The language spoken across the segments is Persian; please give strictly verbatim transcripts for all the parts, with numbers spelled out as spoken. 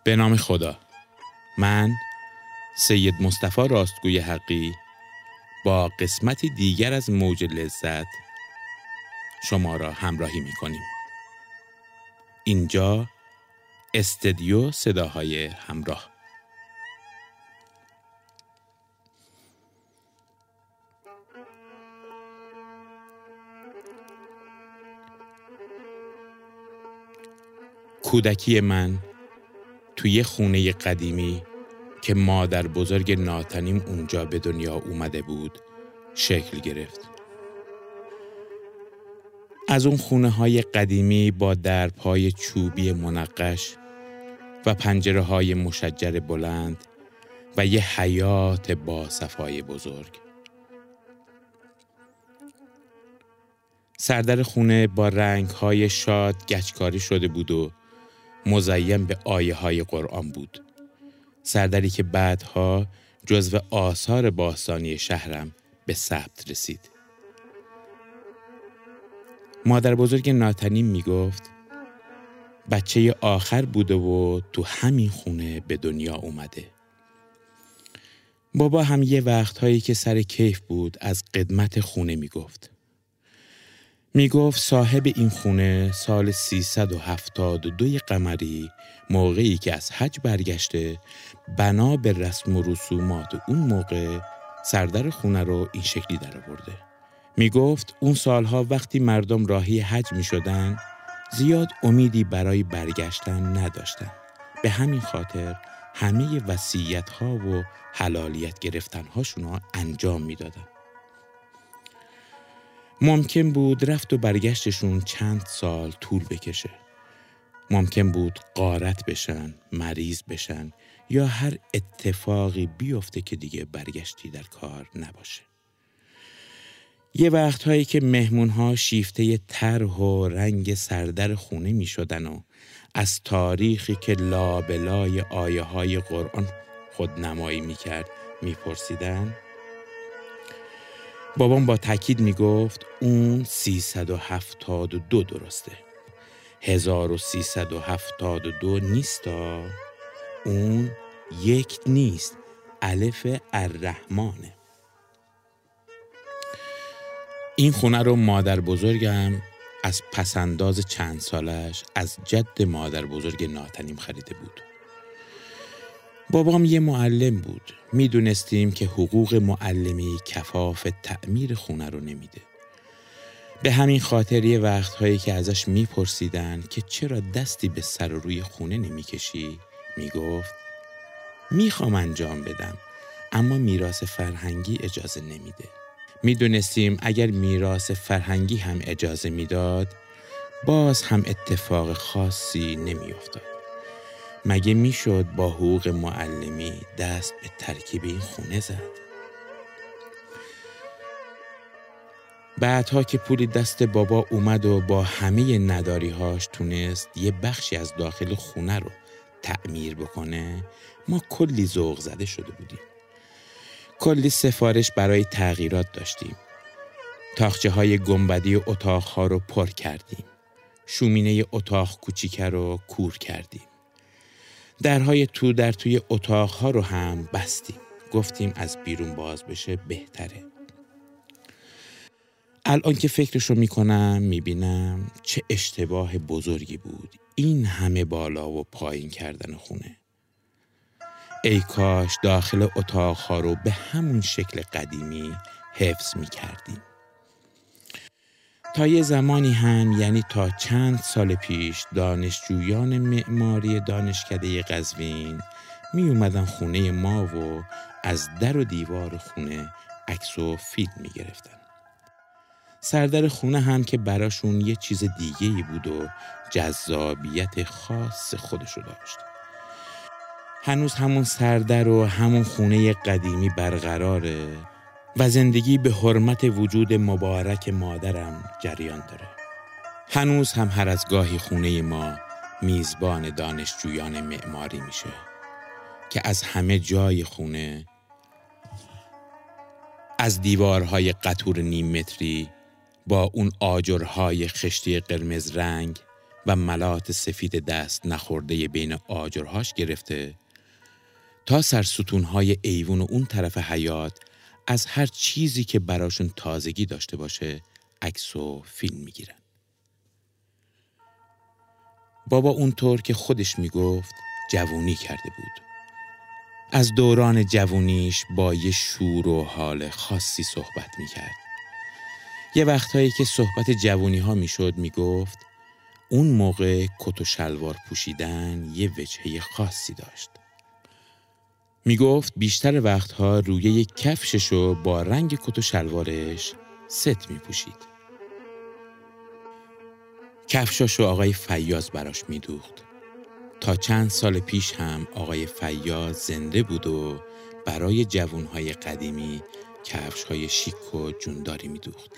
به نام خدا. من سید مصطفی راستگوی حقی با قسمتی دیگر از موج لذت شما را همراهی می کنیم. اینجا استدیو صداهای همراه. کودکی من توی خونه قدیمی که مادر بزرگ ناتنیم اونجا به دنیا اومده بود شکل گرفت. از اون خونه های قدیمی با درپای چوبی منقش و پنجره های مشجر بلند و یه حیاط با صفای بزرگ. سردر خونه با رنگ های شاد گچکاری شده بود و مزین به آیه های قرآن بود. سردری که بعدها جزو آثار باستانی شهرم به ثبت رسید. مادر بزرگ ناتنیم می گفت بچه آخر بوده و تو همین خونه به دنیا اومده. بابا هم یه وقتهایی که سر کیف بود از قدمت خونه می گفت. می گفت صاحب این خونه سال سیصد و هفتاد و دو قمری موقعی که از حج برگشته بنا به رسم و رسومات اون موقع سردر خونه رو این شکلی در آورده. می گفت اون سالها وقتی مردم راهی حج می شدن زیاد امیدی برای برگشتن نداشتن. به همین خاطر همه وصیت ها و حلالیت گرفتن هاشون ها انجام می دادن. ممکن بود رفت و برگشتشون چند سال طول بکشه. ممکن بود غارت بشن، مریض بشن یا هر اتفاقی بیفته که دیگه برگشتی در کار نباشه. یه وقتهایی که مهمونها شیفته طرح و رنگ سردر خونه می شدن و از تاریخی که لابلای آیه های قرآن خودنمایی می کرد می پرسیدن. بابام با تاکید می گفت اون سیصد و هفتاد و دو درسته. هزار و سیصد و هفتاد و دو نیستا. اون یک نیست. الف الرحمانه. این خونه رو مادر بزرگم از پسنداز چند سالش از جد مادر بزرگ ناتنیم خریده بود. بابام یه معلم بود. میدونستیم که حقوق معلمی کفاف تعمیر خونه رو نمیده. به همین خاطر یه وقتهایی که ازش میپرسیدن که چرا دستی به سر و روی خونه نمیکشی، میگفت میخوام انجام بدم اما میراث فرهنگی اجازه نمیده. میدونستیم اگر میراث فرهنگی هم اجازه میداد باز هم اتفاق خاصی نمیافتاد. مگه میشد با حقوق معلمی دست به ترکیب این خونه زد؟ بعدها که پولی دست بابا اومد و با همه نداریهاش تونست یه بخشی از داخل خونه رو تعمیر بکنه، ما کلی ذوق زده شده بودیم. کلی سفارش برای تغییرات داشتیم. تاقچه های گنبدی و اتاق ها رو پر کردیم. شومینه اتاق کوچیک رو کور کردیم. درهای تو در توی اتاق ها رو هم بستیم. گفتیم از بیرون باز بشه بهتره. الان که فکرشو میکنم میبینم چه اشتباه بزرگی بود این همه بالا و پایین کردن خونه. ای کاش داخل اتاق ها رو به همون شکل قدیمی حفظ میکردیم. تا یه زمانی هم، یعنی تا چند سال پیش، دانشجویان معماری دانشکده قزوین می اومدن خونه ما و از در و دیوار خونه عکس و فیلم می گرفتن. سردر خونه هم که براشون یه چیز دیگه‌ای بود و جذابیت خاص خودشو داشت. هنوز همون سردر و همون خونه قدیمی برقراره و زندگی به حرمت وجود مبارک مادرم جریان داره. هنوز هم هر از گاهی خونه ما میزبان دانشجویان معماری میشه که از همه جای خونه، از دیوارهای قطور نیم متری با اون آجرهای خشتی قرمز رنگ و ملات سفید دست نخورده بین آجرهاش گرفته تا سرستونهای ایوون و اون طرف حیاط از هر چیزی که براشون تازگی داشته باشه عکس و فیلم میگیرن. بابا اونطور که خودش میگفت جوونی کرده بود. از دوران جوونیش با یه شور و حال خاصی صحبت میکرد. یه وقتایی که صحبت جوونی ها میشد میگفت اون موقع کت و شلوار پوشیدن یه وجهه خاصی داشت. میگفت بیشتر وقتها روی یک کفششو با رنگ کت و شلوارش ست میپوشید. کفشاشو آقای فیاض براش میدوخت. تا چند سال پیش هم آقای فیاض زنده بود و برای جوانهای قدیمی کفشهای شیک و جونداری میدوخت.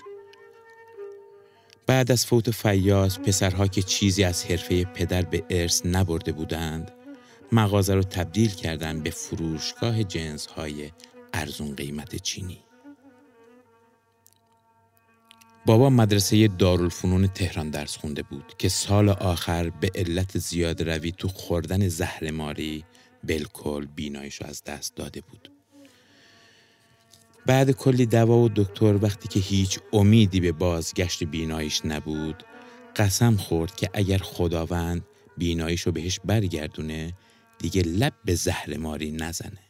بعد از فوت فیاض پسرها که چیزی از حرفه پدر به ارث نبرده بودند مغازه رو تبدیل کردن به فروشگاه جنس‌های ارزون قیمت چینی. بابا مدرسه دارالفنون تهران درس خونده بود که سال آخر به علت زیاد روی تو خوردن زهرماری بالکل بیناییشو از دست داده بود. بعد کلی دوا و دکتر وقتی که هیچ امیدی به بازگشت بیناییش نبود قسم خورد که اگر خداوند بیناییشو بهش برگردونه دیگه لب به زهرماری نزنه.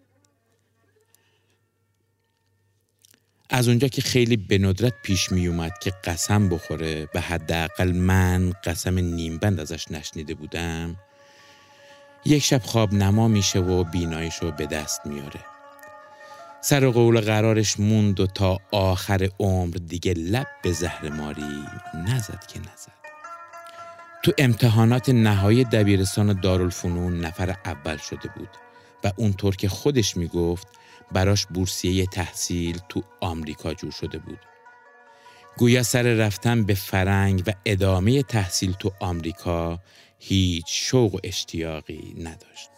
از اونجا که خیلی به ندرت پیش می اومد که قسم بخوره و حداقل من قسم نیمبند ازش نشنیده بودم، یک شب خواب نما میشه و بیناییشو به دست میاره. سر و قول قرارش موند و تا آخر عمر دیگه لب به زهرماری نزد که نزد. تو امتحانات نهایی دبیرستان دارالفنون نفر اول شده بود و اونطور که خودش میگفت براش بورسیه تحصیل تو آمریکا جور شده بود. گویا سر رفتن به فرنگ و ادامه تحصیل تو آمریکا هیچ شوق و اشتیاقی نداشت.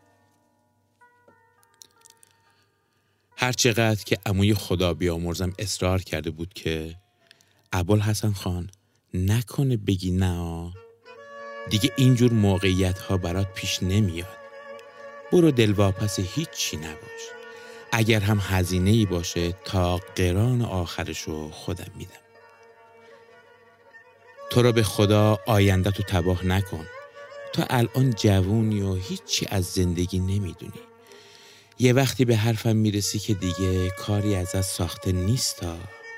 هر چقدر که عموی خدا بیامرزم اصرار کرده بود که ابوالحسن خان نکنه بگی نه، دیگه اینجور موقعیت ها برات پیش نمیاد. برو دلواپس هیچی نباش. اگر هم هزینه‌ای باشه تا قران آخرشو خودم میدم. تو رو به خدا آینده تو تباه نکن. تو الان جوونی و هیچی از زندگی نمیدونی. یه وقتی به حرفم میرسی که دیگه کاری ازت ساخته نیستا.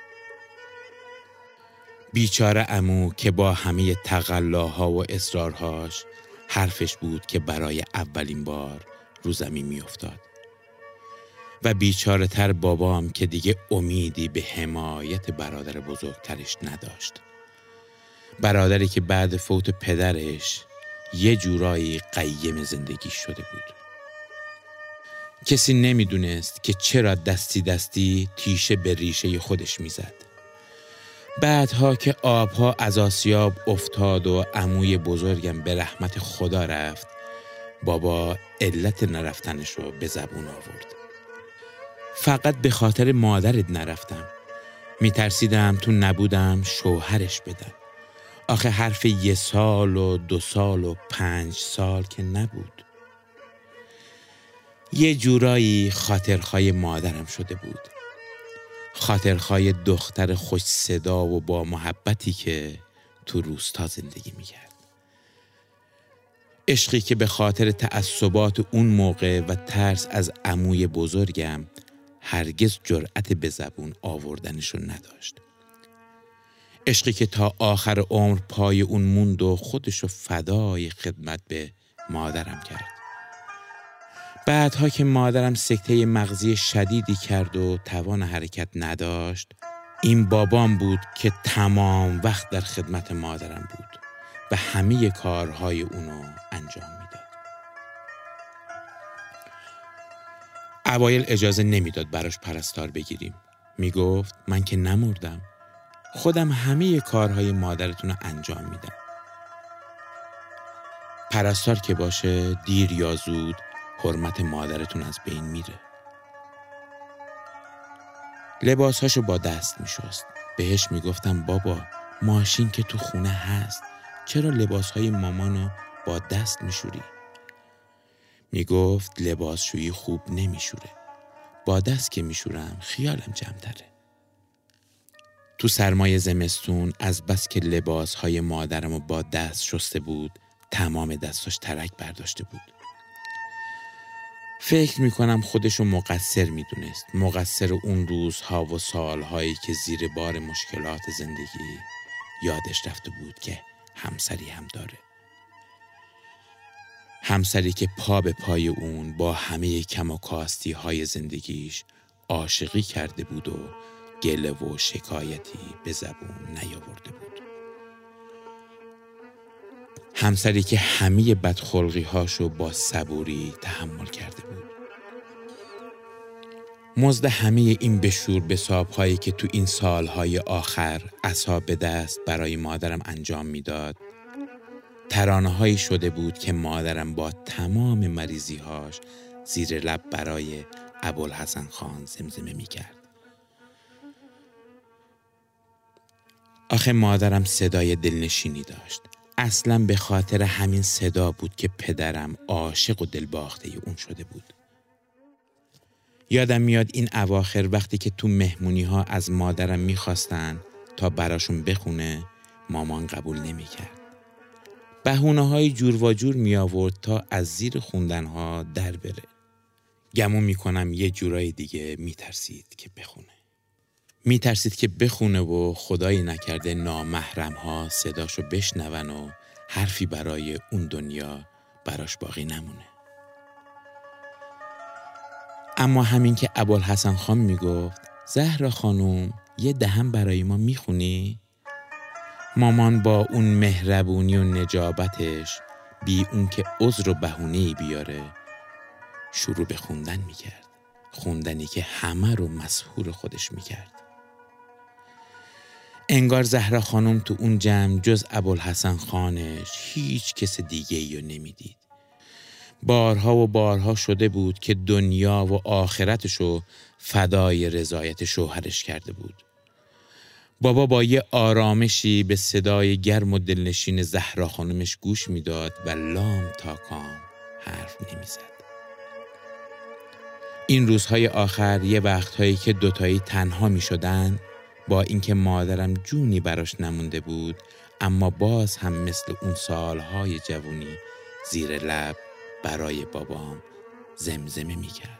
بیچاره عمو که با همه تقلاها و اصرارهاش حرفش بود که برای اولین بار رو زمین میافتاد. و بیچاره تر بابام که دیگه امیدی به حمایت برادر بزرگترش نداشت. برادری که بعد فوت پدرش یه جورایی قیم زندگی شده بود. کسی نمیدونست که چرا دستی دستی تیشه به ریشه خودش میزد. بعدها که آبها از آسیاب افتاد و عموی بزرگم به رحمت خدا رفت، بابا علت نرفتنش رو به زبون آورد. فقط به خاطر مادرت نرفتم. میترسیدم تو نبودم شوهرش بدم. آخه حرف یه سال و دو سال و پنج سال که نبود. یه جورایی خاطرخواه مادرم شده بود. خاطرخواه دختر خوش صدا و با محبتی که تو روستا زندگی میکرد. عشقی که به خاطر تعصبات اون موقع و ترس از عموی بزرگم هرگز جرأت به زبون آوردنشو نداشت. عشقی که تا آخر عمر پای اون موند و خودشو فدای خدمت به مادرم کرد. بعدها که مادرم سکته مغزی شدیدی کرد و توان حرکت نداشت، این بابام بود که تمام وقت در خدمت مادرم بود و همه کارهای اونو انجام میداد. اوایل اجازه نمیداد براش پرستار بگیریم. میگفت من که نمردم، خودم همه کارهای مادرتون رو انجام میدم. پرستار که باشه دیر یا زود حرمت مادرتون از بین میره. لباساشو با دست میشست. بهش میگفتم بابا ماشین که تو خونه هست، چرا لباسهای مامانو با دست میشوری؟ میگفت لباسشویی خوب نمیشوره. با دست که میشورم خیالم جمع‌تره. تو سرمای زمستون از بس که لباسهای مادرمو با دست شسته بود، تمام دستاش ترک برداشته بود. فکر میکنم خودشو مقصر میدونست، مقصر اون روزها و سالهایی که زیر بار مشکلات زندگی یادش رفته بود که همسری هم داره. همسری که پا به پای اون با همه کم و کاستی های زندگیش عاشقی کرده بود و گله و شکایتی به زبون نیاورده بود. همسری که همه بدخلقی هاشو با صبوری تحمل کرده بود. مزد همه این بشور بساب هایی که تو این سالهای آخر عصا به دست برای مادرم انجام میداد، ترانه هایی شده بود که مادرم با تمام مریضی هاش زیر لب برای ابوالحسن خان زمزمه می کرد. آخه مادرم صدای دلنشینی داشت. اصلا به خاطر همین صدا بود که پدرم عاشق و دلباخته اون شده بود. یادم میاد این اواخر وقتی که تو مهمونی ها از مادرم میخواستن تا براشون بخونه، مامان قبول نمیکرد. بهونه های جور و جور می آورد تا از زیر خوندن ها در بره. گمون میکنم یه جورای دیگه میترسید که بخونه. میترسید که بخونه و خدایی نکرده نامحرم ها صداشو بشنون و حرفی برای اون دنیا براش باقی نمونه. اما همین که ابوالحسن خان میگفت زهرا خانوم یه دهم برای ما میخونی؟ مامان با اون مهربونی و نجابتش بی اون که عذر و بهونه‌ای بیاره شروع به خوندن میکرد. خوندنی که همه رو مسحور خودش میکرد. انگار زهرا خانم تو اون جمع جز ابوالحسن خانش هیچ کس دیگه ای رو نمیدید. بارها و بارها شده بود که دنیا و آخرتشو فدای رضایت شوهرش کرده بود. بابا با یه آرامشی به صدای گرم و دلنشین زهرا خانمش گوش میداد و لام تا کام حرف نمیزد. این روزهای آخر یه وقتهایی که دوتایی تنها می شدن، با اینکه مادرم جونی براش نمونده بود، اما باز هم مثل اون سالهای جوونی زیر لب برای بابام زمزمه می کرد.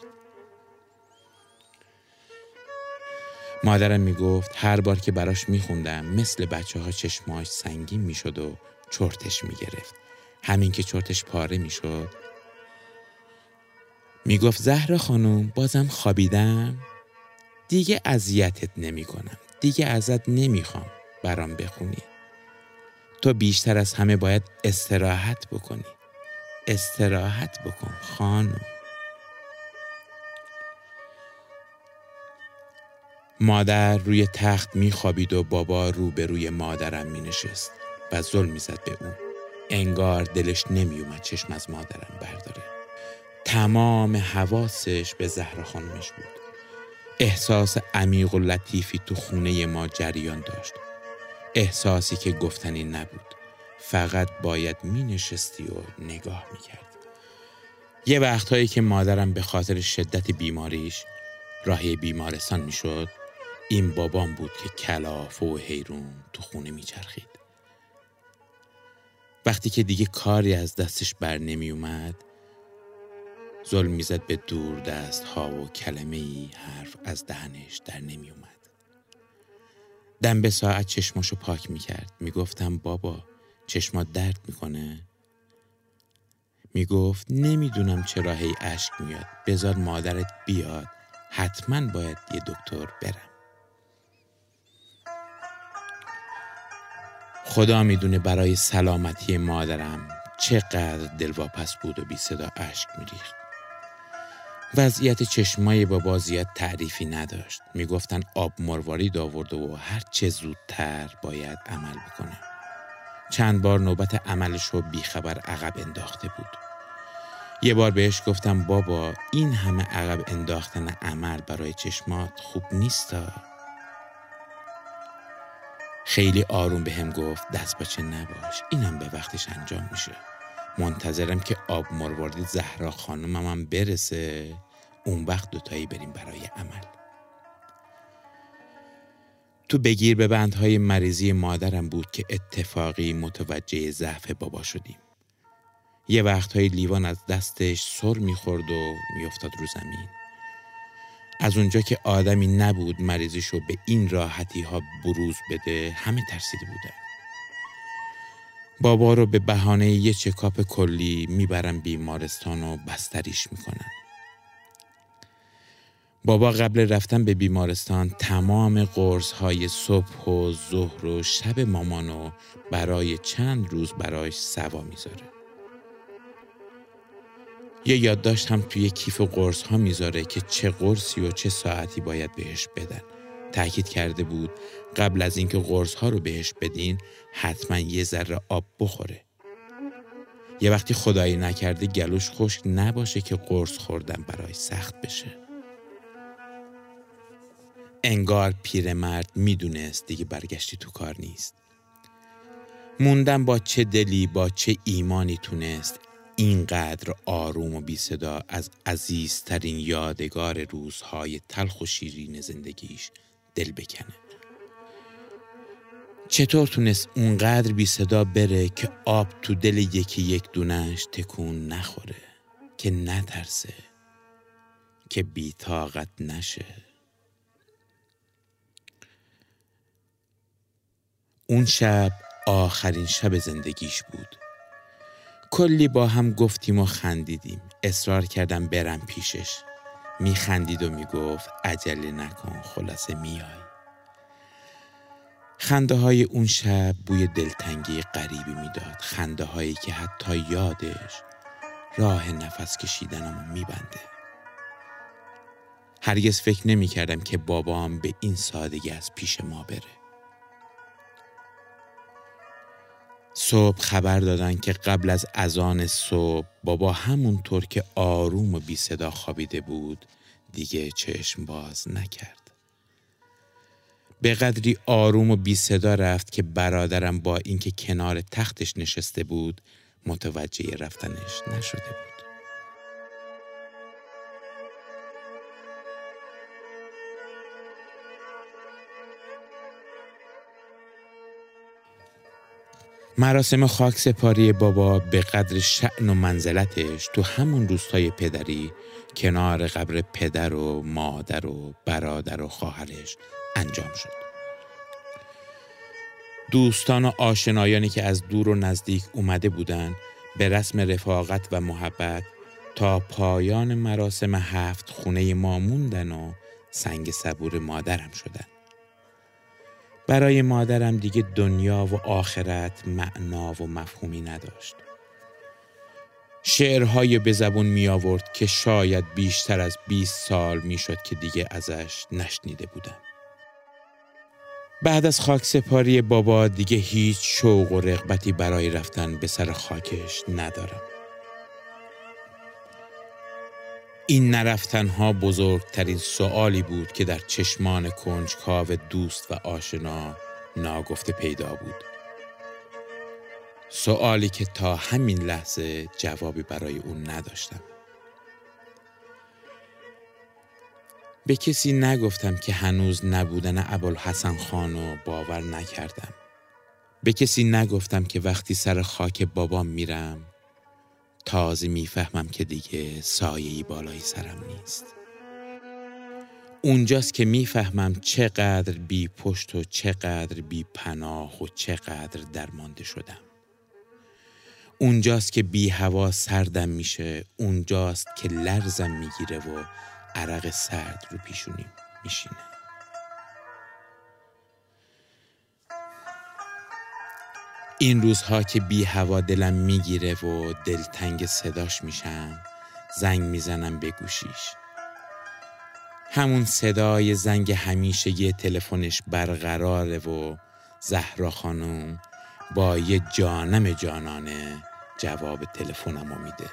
مادرم می گفت هر بار که براش می خوندم مثل بچه ها چشماش سنگین می شد و چرتش می گرفت. همین که چرتش پاره می شد می گفت زهرا خانوم بازم خوابیدم؟ دیگه اذیتت نمی کنم. دیگه ازت نمی خوام برام بخونی. تو بیشتر از همه باید استراحت بکنی. استراحت بکن خانم. مادر روی تخت می خوابید و بابا روبروی مادرم می نشست و ظلم می زد به اون. انگار دلش نمی اومد چشم از مادرم برداره. تمام حواسش به زهرا خانمش بود. احساس عمیق و لطیفی تو خونه ما جریان داشت. احساسی که گفتنی نبود. فقط باید می نشستی و نگاه می کرد. یه وقتهایی که مادرم به خاطر شدت بیماریش راهی بیمارستان می شد، این بابام بود که کلافه و حیرون تو خونه می چرخید. وقتی که دیگه کاری از دستش بر نمی اومد، ظلم می زد به دور دست ها و کلمه‌ای حرف از دهنش در نمی اومد. دم به ساعت چشماشو پاک می کرد. می گفتم بابا چشمات درد می کنه؟ می گفت نمیدونم چرا هی اشک میاد. بذار مادرت بیاد. حتما باید یه دکتر برم. خدا میدونه برای سلامتی مادرم چقدر دلواپس بود و بی صدا اشک میریخت. وضعیت چشمای بابا زیاد تعریفی نداشت. میگفتن آب مروارید آورده و هر چه زودتر باید عمل بکنه. چند بار نوبت عملش رو بیخبر عقب انداخته بود. یه بار بهش گفتم بابا این همه عقب انداختن عمل برای چشمات خوب نیستا. خیلی آروم به هم گفت دست باچه نباش، اینم به وقتش انجام میشه. منتظرم که آب مروارید زهرا خانومم هم برسه، اون وقت دوتایی بریم برای عمل. تو بگیر به بندهای مریضی مادرم بود که اتفاقی متوجه ضعف بابا شدیم. یه وقتهای لیوان از دستش سر میخورد و میافتاد رو زمین. از اونجا که آدمی نبود مریضیشو به این راحتی ها بروز بده، همه ترسیده بودن. بابا رو به بهانه یه چکاپ کلی میبرن بیمارستان و بستریش میکنن. بابا قبل رفتن به بیمارستان تمام قرص های صبح و ظهر و شب مامانو برای چند روز برایش سوا میذاره. یه یادداشت هم توی کیف قرص ها میذاره که چه قرصی و چه ساعتی باید بهش بدن. تأکید کرده بود قبل از اینکه قرص ها رو بهش بدین حتما یه ذره آب بخوره. یه وقتی خدایی نکرده گلوش خشک نباشه که قرص خوردن برای سخت بشه. انگار پیرمرد میدونست دیگه برگشتی تو کار نیست. موندن با چه دلی با چه ایمانی تونست اینقدر آروم و بی صدا از عزیزترین یادگار روزهای تلخ و شیرین زندگیش دل بکنه. چطور تونست اونقدر بی صدا بره که آب تو دل یکی یک دونش تکون نخوره، که نترسه، که بی طاقت نشه. اون شب آخرین شب زندگیش بود. کلی با هم گفتیم و خندیدیم. اصرار کردم برم پیشش. می خندید و می گفت عجله نکن، خلاصه میای. خنده های اون شب بوی دلتنگی غریبی میداد. خنده هایی که حتی یادش راه نفس کشیدنمو میبنده. هرگز فکر نمی کردم که بابام به این سادگی از پیش ما بره. صبح خبر دادن که قبل از اذان صبح بابا همونطور که آروم و بی صدا خوابیده بود دیگه چشم باز نکرد. به قدری آروم و بی صدا رفت که برادرم با اینکه کنار تختش نشسته بود متوجه رفتنش نشده بود. مراسم خاکسپاری بابا به قدر شأن و منزلتش تو همون روستای پدری کنار قبر پدر و مادر و برادر و خواهرش انجام شد. دوستان و آشنایانی که از دور و nazdik اومده بودن به رسم رفاقت و محبت تا پایان مراسم هفت خونه ما موندن و سنگ صبور مادرم شدن. برای مادرم دیگه دنیا و آخرت معنا و مفهومی نداشت. شعرهای به زبون می آورد که شاید بیشتر از بیست سال می شد که دیگه ازش نشنیده بودم. بعد از خاکسپاری بابا دیگه هیچ شوق و رغبتی برای رفتن به سر خاکش ندارم. این نرفتنها بزرگترین سوالی بود که در چشمان کنجکاو دوست و آشنا ناگفته پیدا بود. سوالی که تا همین لحظه جوابی برای اون نداشتم. به کسی نگفتم که هنوز نبودن ابوالحسن خانو باور نکردم. به کسی نگفتم که وقتی سر خاک بابام میرم تازه میفهمم که دیگه سایه‌ای بالای سرم نیست. اونجاست که میفهمم چقدر بی پشت و چقدر بی پناه و چقدر درمانده شدم. اونجاست که بی هوا سردم میشه. اونجاست که لرزم میگیره و عرق سرد رو پیشونیم میشینه. این روزها که بی هوا دلم میگیره و دلتنگ صداش میشم، زنگ میزنم به گوشیش. همون صدای زنگ همیشگی تلفنش برقراره و زهرا خانم با یه جانم جانانه جواب تلفنمو میده.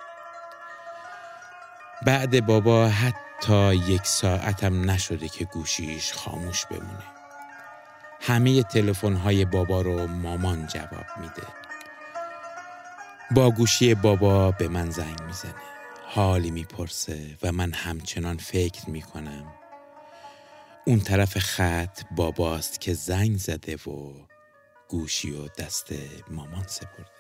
بعد بابا حتی یک ساعتم نشده که گوشیش خاموش بمونه. همه تلفن‌های بابا رو مامان جواب میده. با گوشی بابا به من زنگ میزنه، حالی میپرسه و من همچنان فکر میکنم اون طرف خط باباست که زنگ زده و گوشی و دست مامان سپرده.